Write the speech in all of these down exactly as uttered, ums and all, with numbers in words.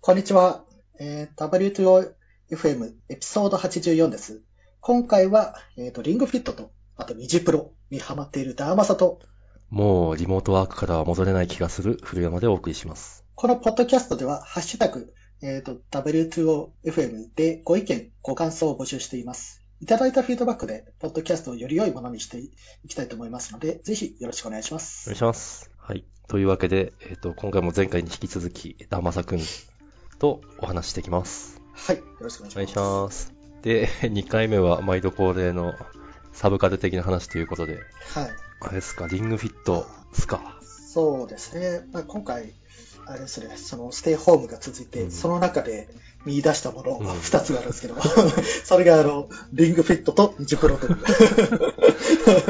こんにちは。えー、ダブリューツーオーエフエム エピソードはちじゅうよんです。今回は、えーと、リングフィットと、あとニジプロにハマっているダーマサと、 もうリモートワークからは戻れない気がする古山でお送りします。 このポッドキャストでは、ハッシュタグ、えーと、ダブリューツーオーエフエム でご意見、ご感想を募集しています。いただいたフィードバックで、ポッドキャストをより良いものにしていきたいと思いますので、ぜひよろしくお願いしまお願いす。 します。はい。というわけで、えっ、と、今回も前回に引き続き、ダーマサくんとお話ししていきます。 はい、よろしくお願いします。 お願いします。で、にかいめは毎度恒例のサブカル的な話ということで、 はい。 あれですか、リングフィットですか。 そうですね。まあ、今回、あれですね、そのステイホームが続いて、うん、その中で見出したものふたつがあるんですけど、うん、それがあの、リングフィットとニジプロという。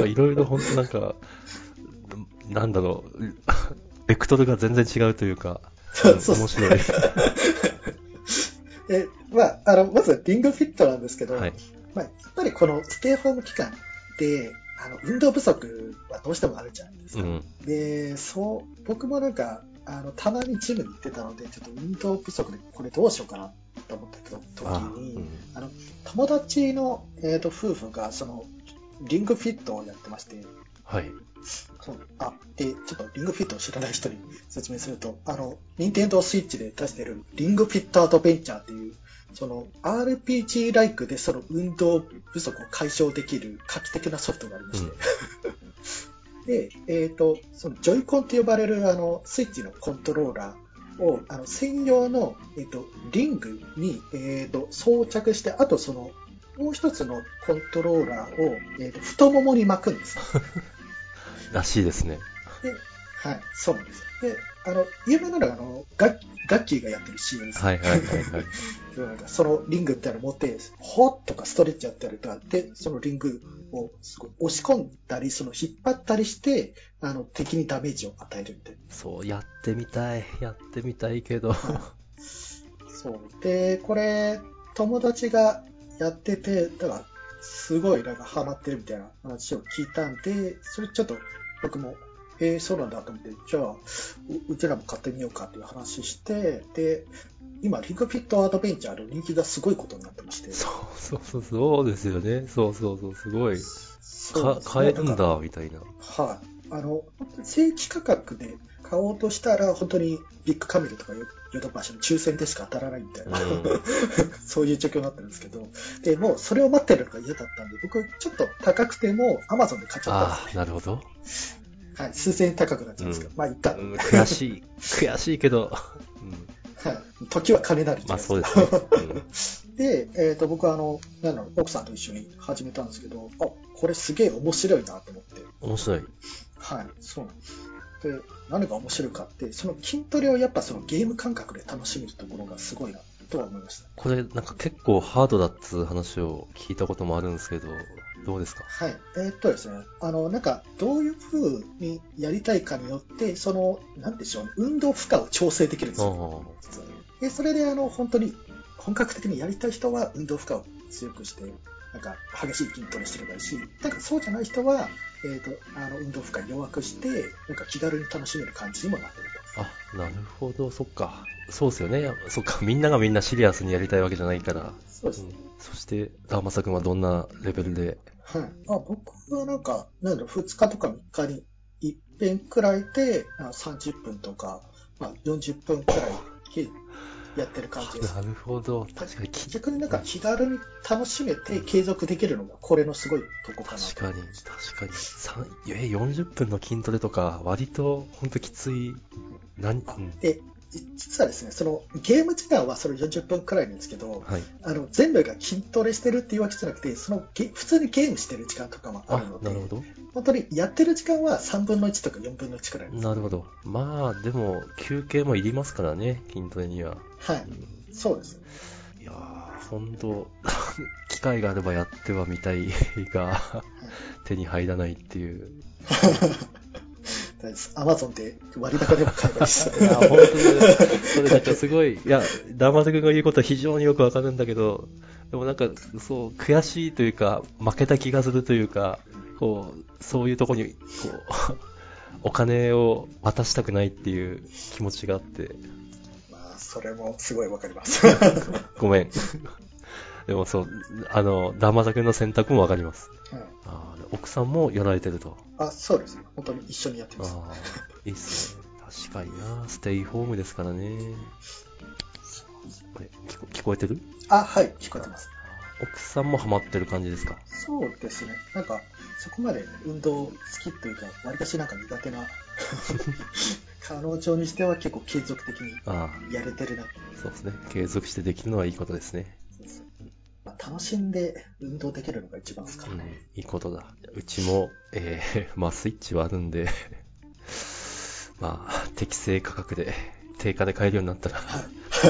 いろいろ本当なんか、なんだろう、ベクトルが全然違うというか、 そうそう面白い。 え、まあ、あの、まずリングフィットなんですけど、はい、まあ、やっぱりこのステイホーム期間で、あの、運動不足はどうしてもあるじゃないですか。うん、で、そう、僕もなんか、あの、たまにジムに行ってたので、ちょっと運動不足でこれどうしようかなと思った時に、あ、うん、あの、友達の、えーと、夫婦が、その、リングフィットをやってまして、 はい。 そうあで、ちょっとリングフィットを知らない人に説明すると、あの、任天堂スイッチで出しているリングフィットアドベンチャーっていう、その アールピージー ライクでその運動不足を解消できる画期的なソフトがありまして、うん、で、えっと、そのジョイコンと呼ばれるあのスイッチのコントローラーをあの専用の、えっと、リングに、えっと、装着して、あとそのもう一つのコントローラーを、えっと、太ももに巻くんです。 らしいですね。 で、はい、そうなんです。で、あの、有名なのが、あの、ガッガッキーがやってる シーエム です。 はいはいはいはい。 なんかそのリングみたいなの持って、ホッとかストレッチやったりとか、で、そのリングをすごい押し込んだり、その引っ張ったりして、あの、敵にダメージを与えるみたいな。 そう、やってみたい。やってみたいけど。はい、 そう。で、これ、友達がやってて、だから、すごいなんかハマってるみたいな話を聞いたんで、それちょっと僕も、えー、そうなんだと思って、じゃあう、うちらも買ってみようかっていう話して、で、今、リングフィットアドベンチャーの人気がすごいことになってまして。 そうそうそう、そうですよね。そうそうそう、すごい。か、買えるんだ、みたいな。 はい。あの、正規価格で買おうとしたら、本当にビッグカメルとかヨドバシの抽選でしか当たらないみたいな、うん、そういう状況になってるんですけど、で、もうそれを待ってるのが嫌だったんで、僕ちょっと高くても アマゾン で買っちゃったんですね。 ああ、なるほど。 はい、数千円高くなっちゃうんですけど、うん、まあいっか、うん。 悔しい。悔しいけど。 うん、はい。時は金なりまあそうですね。 うん、で、えっ、ー、と、僕はあの、なんだろう、奥さんと一緒に始めたんですけど、あ、これすげえ面白いなと思って。 面白い。 はい、そうなんです。で、何が面白いかって、その筋トレをやっぱそのゲーム感覚で楽しめるところがすごいなとは思いました。 これなんか結構ハードだっつう話を聞いたこともあるんですけど、どうですか？ はい。えー、っとですね、あの、なんか、どういう風にやりたいかによって、その、なんでしょうね、運動負荷を調整できるんですよ。で、それで、あの、本当に、本格的にやりたい人は運動負荷を強くして、なんか、激しい筋トレしてればいいし、なんかそうじゃない人は、えー、っと、あの、運動負荷弱くして、なんか気軽に楽しめる感じにもなってると。 あ、なるほど、そっか。そうですよね。そっか、みんながみんなシリアスにやりたいわけじゃないから。 そうですね。 うん、そして、ダーマサ君はどんなレベルで？ はい。あ、僕はなんか、なんだろう、ふつかとかみっかにいっぺんくらいでさんじゅっぷんとか、まあ、よんじゅっぷんくらいやってる感じです。 なるほど。確かに。 逆になんか気軽に楽しめて継続できるのがこれのすごいとこかなと。 確かに、確かに。え、よんじゅっぷんの筋トレとか、割とほんときつい。何、うん、 で、実はですね、そのゲーム時間はそれよんじゅっぷんくらいなんですけど、 はい、あの全部が筋トレしてるっていうわけじゃなくて、その普通にゲームしてる時間とかもあるので、なるほど。本当にやってる時間はさんぶんのいちとかよんぶんのいちくらいです。 なるほど。まあ、でも、休憩もいりますからね、筋トレには。 はい。うん、そうです。 いやー、ほんと、機会があればやってはみたいが、手に入らないっていう。 アマゾンで割高でも買えばいいです。 いや、本当に、それなんかすごい、いや、ダマセ君が言うことは非常によくわかるんだけど、でもなんか、そう、悔しいというか、負けた気がするというか、こう、そういうとこに、こう、お金を渡したくないっていう気持ちがあって。 まあ、 それもすごいわかります。 ごめん。でもそう、あの、ダーマザ君の選択もわかります。うん、あ奥さんもやられてると。 あ、そうですね。本当に一緒にやってます。 あいいっすね。確かにな。ステイホームですからね。これ聞こ、聞こえてる？ あ、はい、聞こえてます。 奥さんもハマってる感じですか？ そうですね。なんか、そこまで運動好きというか、わりかしなんか苦手な彼女にしては結構継続的にやれてるな。 そうですね。継続してできるのはいいことですね。 そうそう、まあ、楽しんで運動できるのが一番ですからね。 うん、いいことだ。うちも、えー、まあスイッチはあるんで、まあ適正価格で定価で買えるようになったら、はい、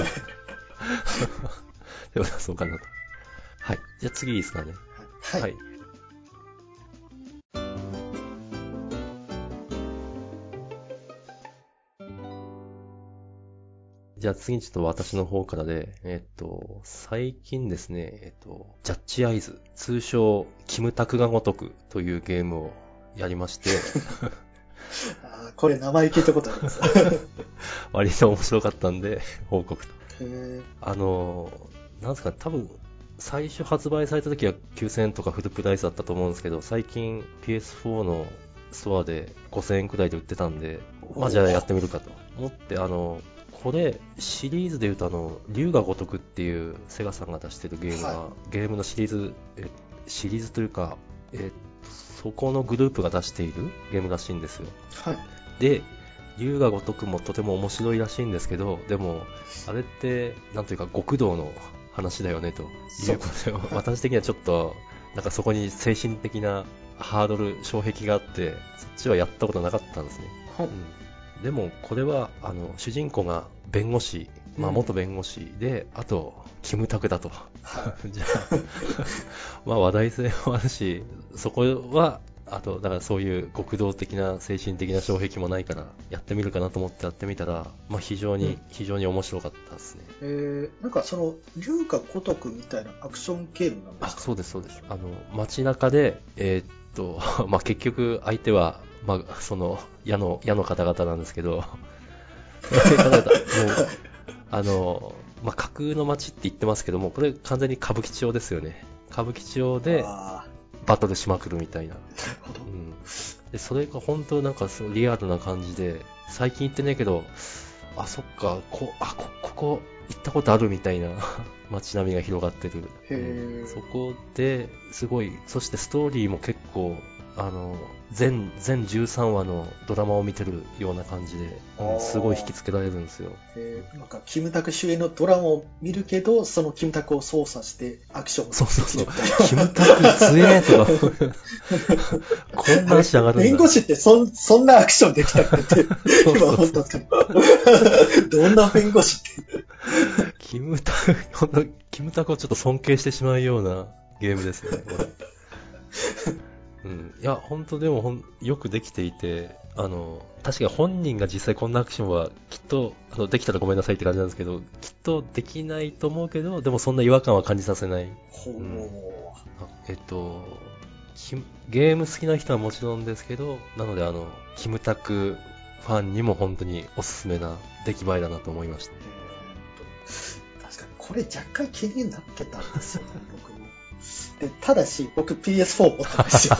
でもそうかなと。はい。じゃあ次いいですかね。 はい。はい、 じゃあ次にちょっと私の方からで、えっと、最近ですね、えっと、ジャッジアイズ、通称、キムタクが如くというゲームをやりまして、 あ、これ名前聞いたことあります。 割と面白かったんで、報告と。あの、なんですか、多分、最初発売された時はきゅうせんえんとかフルプライスだったと思うんですけど、最近 ピーエスフォー のストアでごせんえんくらいで売ってたんで、まあじゃあやってみるかと思って、あの、これシリーズで言うとあの、龍が如くっていうセガさんが出してるゲームが、はい、ゲームのシリーズ、えシリーズというか、えそこのグループが出しているゲームらしいんですよ。 はい。 で、龍が如くもとても面白いらしいんですけど、でも、あれって、なんというか極道の話だよねということで、私的にはちょっと、なんかそこに精神的なハードル、障壁があって、そっちはやったことなかったんですね。はい、うん、でも、これは、あの、主人公が弁護士、まあ元弁護士で、うん、あと、キムタクだと。じゃあ、まあ話題性もあるし、そこは、あと、だからそういう極道的な精神的な障壁もないから、やってみるかなと思ってやってみたら、まあ非常に、うん、非常に面白かったですね。 えー、なんかその、龍が如くみたいなアクションゲームなんですか？ あ、そうです、そうです。あの、街中で、えー、っと、まあ結局相手は、まあその、矢の、矢の方々なんですけど、方々、もう、あの、まあ架空の街って言ってますけども、これ完全に歌舞伎町ですよね。歌舞伎町で、バトルしまくるみたいな。なるほど。うん。で、それが本当なんかそうリアルな感じで、最近行ってないけど、あ、そっか、こ、あ、こ、ここ行ったことあるみたいな街並みが広がってる。へー、うん、そこで、すごい、そしてストーリーも結構、あの、全、全じゅうさんわのドラマを見てるような感じで、うん、すごい引きつけられるんですよ。 えー、なんか、キムタク主演のドラマを見るけど、そのキムタクを操作してアクションをそうそうそう。キムタク強えとか、こんな足上がるんだ。 弁護士ってそ、そんなアクションできたっけって、今思ったんですけど、どんな弁護士って。 キムタク、キムタクをちょっと尊敬してしまうようなゲームですね、これ。うん、いや、本当でもほんよくできていて、あの、確かに本人が実際こんなアクションはきっと、あの、できたらごめんなさいって感じなんですけど、きっとできないと思うけど、でもそんな違和感は感じさせない。 ほう、うん、 えっと、ゲーム好きな人はもちろんですけど、なのであの、キムタクファンにも本当におすすめな出来栄えだなと思いました。 確かに、これ若干気になってたんですよね、僕も。でただし、僕 ピーエスフォー 持ってるんですよ。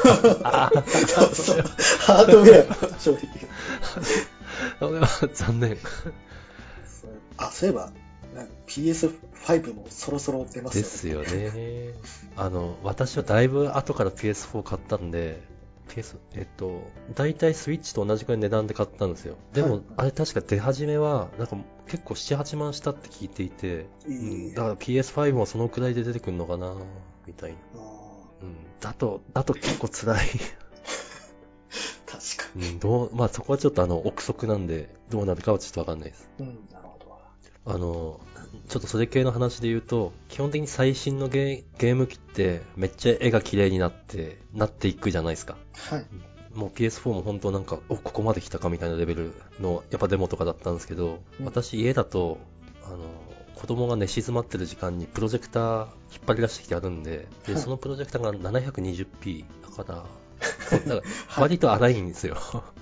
ハードウェアの正直。 それは残念。 あ、そういえば、ピーエスファイブ もそろそろ出ますよね。ですよね。あの、私はだいぶ後から ピーエスフォー 買ったんで、ピーエス、えっと、大体スイッチと同じくらい値段で買ったんですよ。でも、はい、あれ確か出始めは、なんか結構なな、はちまんしたって聞いていて、うん、だから ピーエスファイブ もそのくらいで出てくるのかな、みたいな。うん、だと、だと結構辛い。 確かに。 うん、どう、まあそこはちょっとあの、憶測なんで、どうなるかはちょっとわかんないです。 うん、なるほど。 あの、ちょっとそれ系の話で言うと、基本的に最新のゲー、ゲーム機ってめっちゃ絵が綺麗になって、なっていくじゃないですか。 はい。 もう ピーエスフォー も本当なんか、お、ここまで来たかみたいなレベルの、やっぱデモとかだったんですけど、うん、私家だと、あの、子供が寝静まってる時間にプロジェクター引っ張り出してきてあるんで、で、そのプロジェクターが ななひゃくにじゅうピー だから、だから割と荒いんですよ。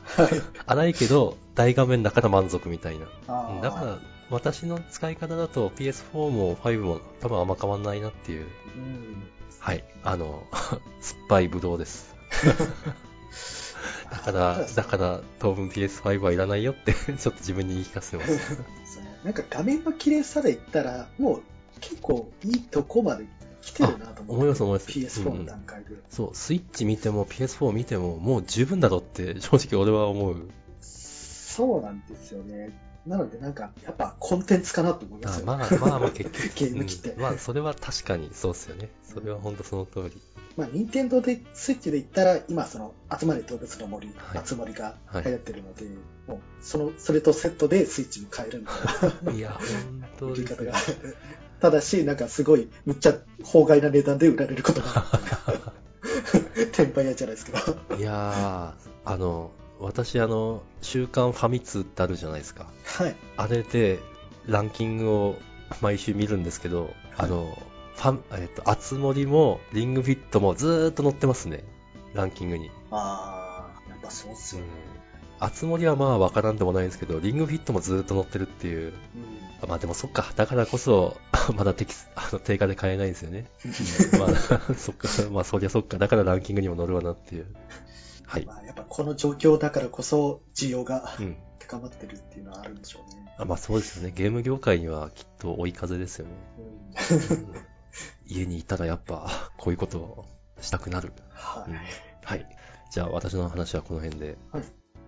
はい。 荒いけど、大画面だから満足みたいな。 あーうんだから、私の使い方だと ピーエスフォー もファイブも多分あんま変わんないなっていう。 うん。 はい。あの、酸っぱいブドウです。だかあら、 ーだから当分 ピーエスファイブ はいらないよってちょっと自分に言い聞かせてます。 そうねなんか画面の綺麗さで言ったら、もう結構いいとこまで来てるなと思ってて、 思います思います。 ピーエスフォー のうんうん段階で。 そう、スイッチ見ても ピーエスフォー 見てももう十分だろって正直俺は思う。 そうなんですよね。なのでなんか、やっぱコンテンツかなと思いますよね。 あまあまあまあ結局、 ゲーム機って。 うん、まあそれは確かにそうですよね。それは本当その通り。 まあ、任天堂でスイッチで言ったら、今、その、集まれ動物の森、 はい集まりがはい流行ってるので、もう、その、それとセットでスイッチも買えるみたいな。 いや、本当ですよ売り方が。ただし、なんかすごい、むっちゃ法外な値段で売られることがあるみたいな。転売屋じゃないですけど。 いやー、あの、私あの、週刊ファミ通ってあるじゃないですか。 はい。 あれでランキングを毎週見るんですけど、あの、ファン、えっと、あつ森もリングフィットもずーっと載ってますね。ランキングに。 あー、やっぱそうっすうんよね。。 あつ森はまあわからんでもないんですけど、リングフィットもずーっと載ってるっていう。 うんまあでもそっか。だからこそ、まだ適あの定価で買えないんですよね。まあ、そっか。まあそりゃそっか。だからランキングにも載るわなっていう。はい。 まあ、やっぱこの状況だからこそ需要がうん。 高まってるっていうのはあるんでしょうね。 あまあそうですよね。ゲーム業界にはきっと追い風ですよね。 うんうん家にいたらやっぱこういうことをしたくなる。うんはい。 はい。じゃあ私の話はこの辺で。 はい。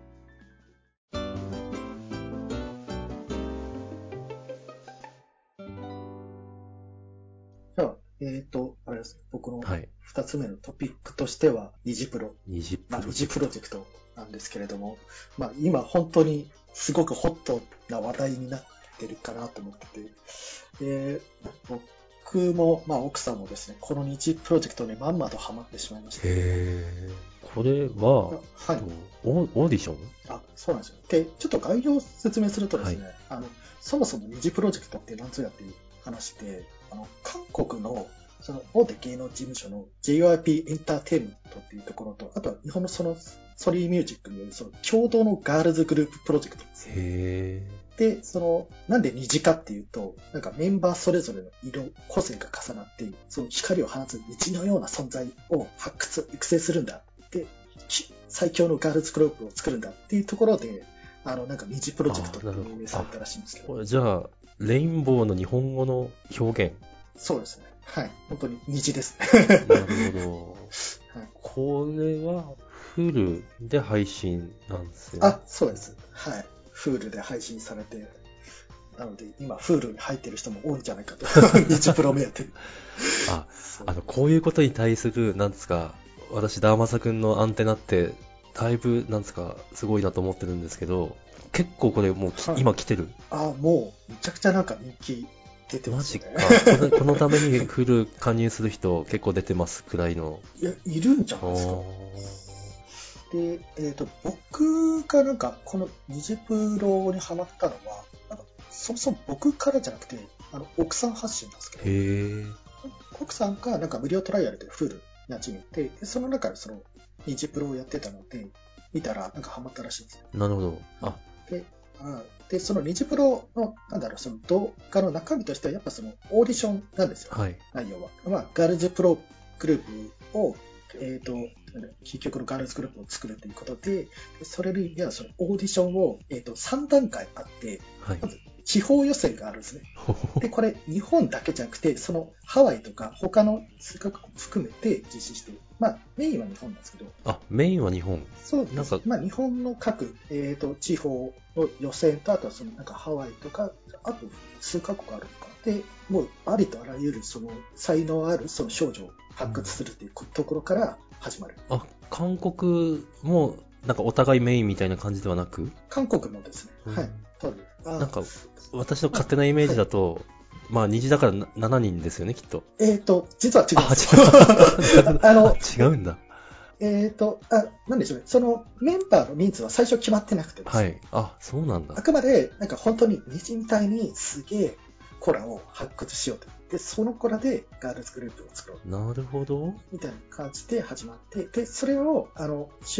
じゃあ、えっ、と、あれです。僕のはい。 二つ目のトピックとしては、ニジプロ。 二次プまあ、 ロ二次プロジェクトなんですけれども、まあ、今本当にすごくホットな話題になってるかなと思ってて、で、僕も、まあ、奥さんもですね、この二次プロジェクトにまんまとハマってしまいまして。 へー。これあは、 はい。 とオーオーディションあ、そうなんですよ。で、ちょっと概要を説明するとですね、あの、そもそも二次プロジェクトって何ぞやっていう話で、あの、韓国のその大手芸能事務所の ジェイワイピー エンターテインメントっていうところと、あとは日本のそのソニーミュージックによるその共同のガールズグループプロジェクトですね。 へで、その、なんで虹かっていうと、なんかメンバーそれぞれの色、個性が重なって、その光を放つ虹のような存在を発掘、育成するんだ。で、き最強のガールズグループを作るんだっていうところで、あの、なんか虹プロジェクトって命名されたらしいんですけー。こど。 れじゃあ、レインボーの日本語の表現。 そうですね。はい。本当に虹ですね。 なるほど。 はい、 これは、フルで配信なんですよね。 あ、そうです。はい。Hulu で配信されて、なので今 Hulu に入ってる人も多いんじゃないかと。虹プロ目当てに。 あ、 そうあの、こういうことに対する、なんですか、私、ダーマサ君のアンテナって、だいぶ、なんですか、すごいなと思ってるんですけど、結構これもうき、 はい今来てる。 あ、もう、めちゃくちゃなんか人気出てますよマジか。 ね。 このこのためにフル加入する人結構出てますくらいの。 いや、いるんじゃないですか。で、えっ、と、僕がなんか、このニジプロにハマったのは、なんかそもそも僕からじゃなくて、あの、奥さん発信なんですけど、 へえ。 奥さんがなんか無料トライアルでフルに始めて、でその中でその、ニジプロをやってたので、見たらなんかハマったらしいんですよ。 なるほど。あ、 で、あで、そのニジプロの、なんだろう、その動画の中身としては、やっぱそのオーディションなんですよ、 はい。 内容は。まあ、ガールズプログループを、えっ、と、究極のガールズグループを作るということで、それにはそのオーディションを、えっ、と、さん段階あって、 はい。 まず地方予選があるんですね。 ほほほで、これ、日本だけじゃなくて、そのハワイとか他の数カ国も含めて実施している。まあ、メインは日本なんですけど、 あ、メインは日本。 そうです。 なんかまあ、日本の各、えー、と地方の予選と、あとはそのなんかハワイとか、あと数カ国あるのかな。で、もうありとあらゆるその才能あるその少女を発掘するというところから始まる。 あ、韓国も、なんかお互いメインみたいな感じではなく、 韓国もですね、 うんはい、多分。あなんか、私の勝手なイメージだと、まあ、虹だからなななにんですよね、きっと。 えっ、と、実は違うんあ、 ですよ。 違う。 あの、 違うんだ。 えっ、と、あ、なんでしょうね。そのメンバーの人数は最初決まってなくてですね、 はい。あ、そうなんだあ。くまで、なんか本当に虹みたいにすげえコラを発掘しようと。で、そのコラでガールズグループを作ろう。 なるほど。 みたいな感じで始まって、で、それを、あの、主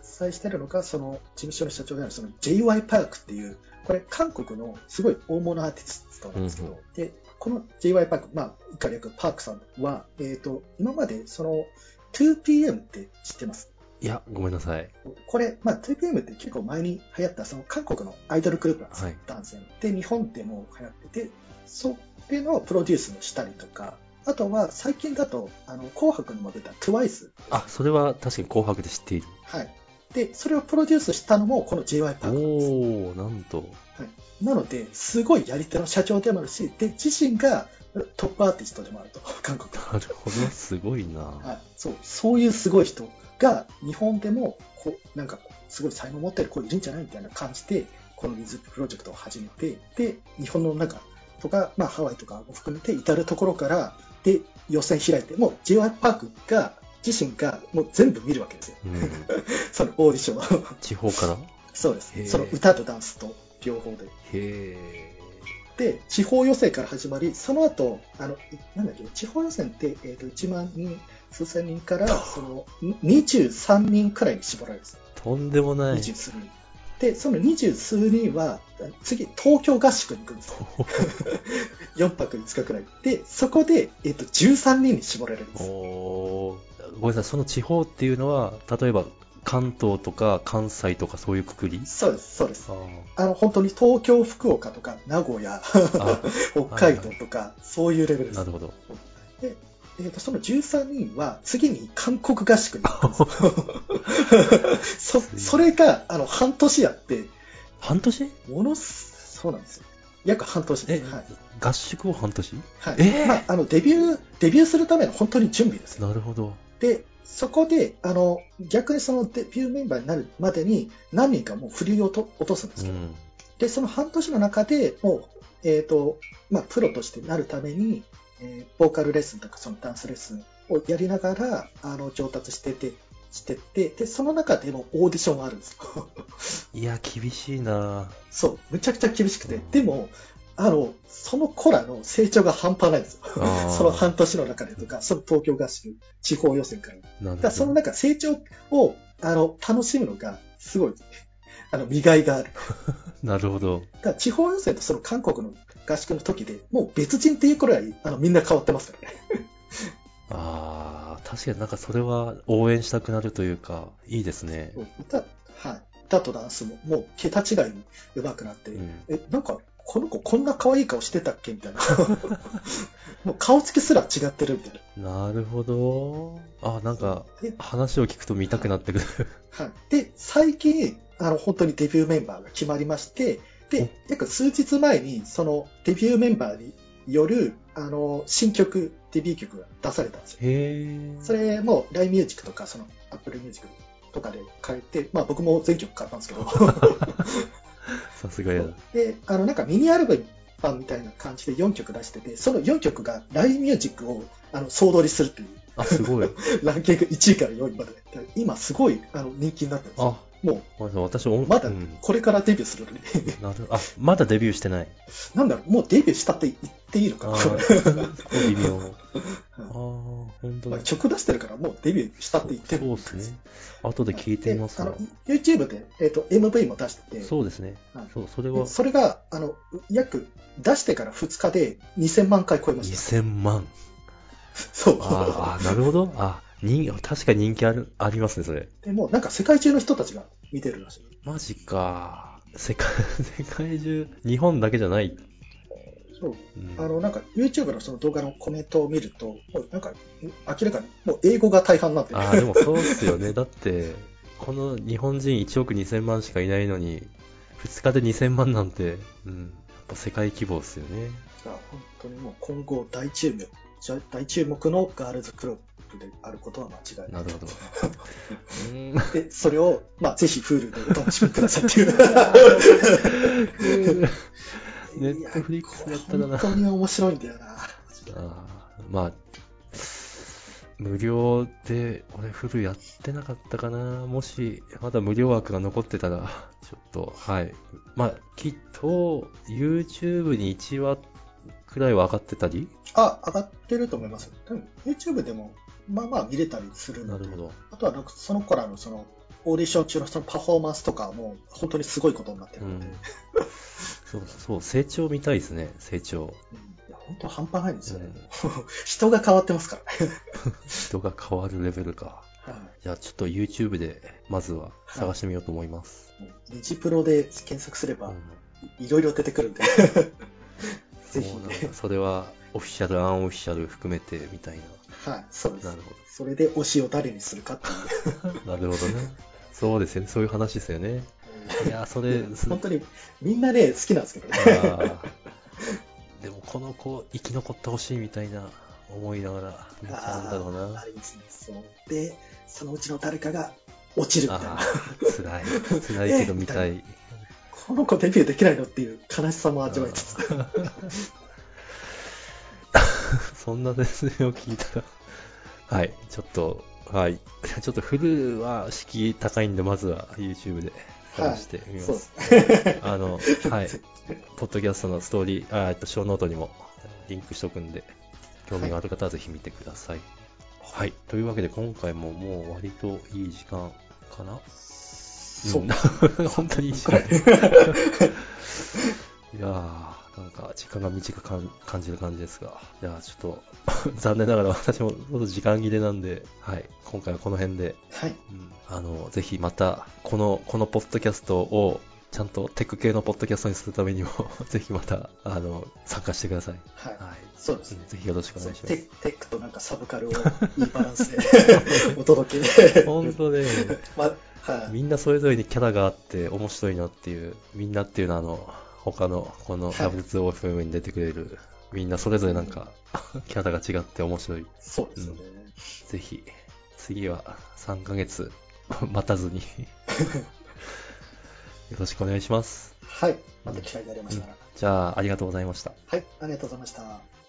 催してるのが、その事務所の社長であるその ジェイワイ パークっていう、これ韓国のすごい大物アーティストなんですけど、うんうん、で、この ジェイワイ パーク、まあ、以下略パークさんは、えっ、ー、と、今までその ツーピーエム って知ってます？ いや、ごめんなさい。 これ、まあ、ツーピーエム って結構前に流行ったその韓国のアイドルグループなんですよ、はい、男性の。で、日本でも流行ってて、それのプロデュースもしたりとか、あとは最近だと、あの、紅白にも出た トゥワイス。 あ、それは確かに紅白で知っている。 はい。で、それをプロデュースしたのもこの ジェイワイ パークなんです。 おー、なんと。 はい。なので、すごいやり手の社長でもあるし、で、自身がトップアーティストでもあると、韓国。 なるほど、すごいな。 はい。そう、そういうすごい人が日本でも、こう、なんか、すごい才能を持ってる子いるんじゃないみたいな感じで、この水プロジェクトを始めて、で、日本の中とか、まあ、ハワイとかも含めて至るところから、で、予選開いて、もう ジェイワイ パークが、自身がもう全部見るわけですよ。うん、そのオーディションを。 地方からそうです。その歌とダンスと両方で。 へーで、地方予選から始まり、その後、あの、なんだっけ、地方予選って、えっと、いちまんにん、数千人から、その、にじゅうさんにんくらいに絞られるんです。 とんでもない。 にじゅうすうにん。で、そのにじゅうすうにんは、次、東京合宿に行くんですよ。よんぱくいつかくらい。で、そこで、えっと、じゅうさんにんに絞られるんです。 おー、ごめんなさい、その地方っていうのは、例えば、関東とか関西とかそういうくくり？ そうです、そうです。あの、本当に東京、福岡とか、名古屋、北海道とか、はいはい、そういうレベルです。 なるほど。 で、えーと、そのじゅうさんにんは次に韓国合宿に行くんですそ, それがあの半年やって。 半年？ ものす、そうなんですよ。約半年です。 え、はい、合宿を半年？ はい。 えー、 まあ、あの、デビュー、デビューするための本当に準備です。 なるほど。 で、そこで、あの、逆にそのデビューメンバーになるまでに何人かもう振りをと落とすんですけど、うん、で、その半年の中でもう、えっと、まあ、プロとしてなるために、えー、ボーカルレッスンとかそのダンスレッスンをやりながら、あの、上達してて、してって、で、その中でもオーディションがあるんですよ。 いや、厳しいな。 そう、むちゃくちゃ厳しくて、うん、でも、あの、その子らの成長が半端ないんですよ。その半年の中でとか、その東京合宿、地方予選から。だからその中、成長を、あの、楽しむのが、すごい、あの、見がいがある。 なるほど。 だから地方予選とその韓国の合宿の時で、もう別人っていうくらい、あの、みんな変わってますからね。 ああ、確かになんかそれは応援したくなるというか、いいですね。 歌、はい。歌とダンスも、もう桁違いに上手くなって、うん、え、なんか、この子こんな可愛い顔してたっけみたいな。もう顔つきすら違ってるみたいな。なるほど。あ、なんか、話を聞くと見たくなってくる。 はい。はい。で、最近、あの、本当にデビューメンバーが決まりまして、で、約数日前に、そのデビューメンバーによる、あの、新曲、デビュー曲が出されたんですよ。 へー。 それも、ラインミュージックとか、その、Apple Music とかで変えて、まあ僕も全曲買ったんですけど。 さすがやだ。 で、あの、なんかミニアルバムみたいな感じでよんきょく出してて、そのよんきょくが ライン ミュージックをあの総取りするっていう。 あ、すごい。 ランキングいちいからよんいまで。今すごいあの人気になってるんですよ。あ、もう、私も、 まだこれからデビューするのに。 なるあ、まだデビューしてない。 なんだろう、もうデビューしたって言っていいのかな。 あー、微妙。ああ、本当だ。 まあ、曲出してるからもうデビューしたって言ってる。 そうですね。後で聞いてみますわ。 YouTube で、えーと、エムブイ も出してて。 そうですね。はい、そう、それは。 それが、あの、約、出してからふつかでにせんまんかい超えました。 にせんまん。 そう。 ああ、なるほど。あ、人、確かに人気ある、ありますね、それ。 でも、なんか世界中の人たちが見てるらしい。 マジか。世界、世界中、日本だけじゃない。 そう。うん、あの、なんか YouTube のその動画のコメントを見ると、もうなんか明らかにもう英語が大半なんで。 ああ、でもそうっすよね。だって、この日本人いちおくにせんまんしかいないのに、ふつかでにせんまんなんて、うん、やっぱ世界規模っすよね。 本当にもう今後大注目、大注目のガールズクラブであることは間違いない。 なるほど。 で、それを、まあ、ぜひ Hulu でお楽しみくださいっていう。 ネットフリックスだったらな。 本当に面白いんだよな。 あまあ、無料で、俺フルやってなかったかな。もし、まだ無料枠が残ってたら、ちょっと、はい。まあ、きっと、YouTube にいちわくらいは上がってたり？ あ、上がってると思います。多分 YouTube でも、まあまあ見れたりするので。なるほど。あとは、その子らのその、 オーディション中のそのパフォーマンスとかも本当にすごいことになってるので、うん、 そうそう成長見たいですね。成長、うん、いや本当半端ないんですよね、うん、人が変わってますから人が変わるレベルか、はい、じゃあちょっと YouTube でまずは探してみようと思います、 はい、ニジプロで検索すれば、うん、いろいろ出てくるんでぜひ、ね、 それはオフィシャルアンオフィシャル含めてみたいな。はい、そうです。 なるほど。 それで推しを誰にするかっていうなるほどね。そうですよね。そういう話ですよね。いやそれ本当にみんなね好きなんですけどね。 あでもこの子生き残ってほしいみたいな思いながら見ちゃうんだろうな。 あありますね。そうでそのうちの誰かが落ちるみたいな。 辛い辛いけど見たい。 この子デビューできないのっていう悲しさも味わいつつそんなですねを聞いたらはいちょっとはいちょっとフルは敷居高いんでまずは YouTube で探してみます、はい、あのはいポッドキャストのストーリーあえっとショーノートにもリンクしとくんで興味がある方はぜひ見てください。はい、はい、というわけで今回ももう割といい時間かな。そう、うん、本当にいい時間いやーなんか時間が短く感じる感じですが、いやーちょっと残念ながら私もちょっと時間切れなんで、はい、今回はこの辺で、 はい、 うん、あのぜひまたこのこのポッドキャストをちゃんとテック系のポッドキャストにするためにもぜひまたあの参加してください。 はい、はい、そうですね、 うん。ぜひよろしくお願いします。 テ, テックとなんかサブカルをいいバランスでお届け。 本当ね。 まはい、 みんなそれぞれにキャラがあって面白いなっていう、みんなっていうのはあの他のこの ダブリューツーオーエフエム に出てくれる、はい、みんなそれぞれなんかキャラが違って面白い。 そうですよね、うん、 ぜひ次はさんかげつ待たずによろしくお願いします。 はい、また機会がありましたら、 うん、じゃあありがとうございました。 はい、ありがとうございました。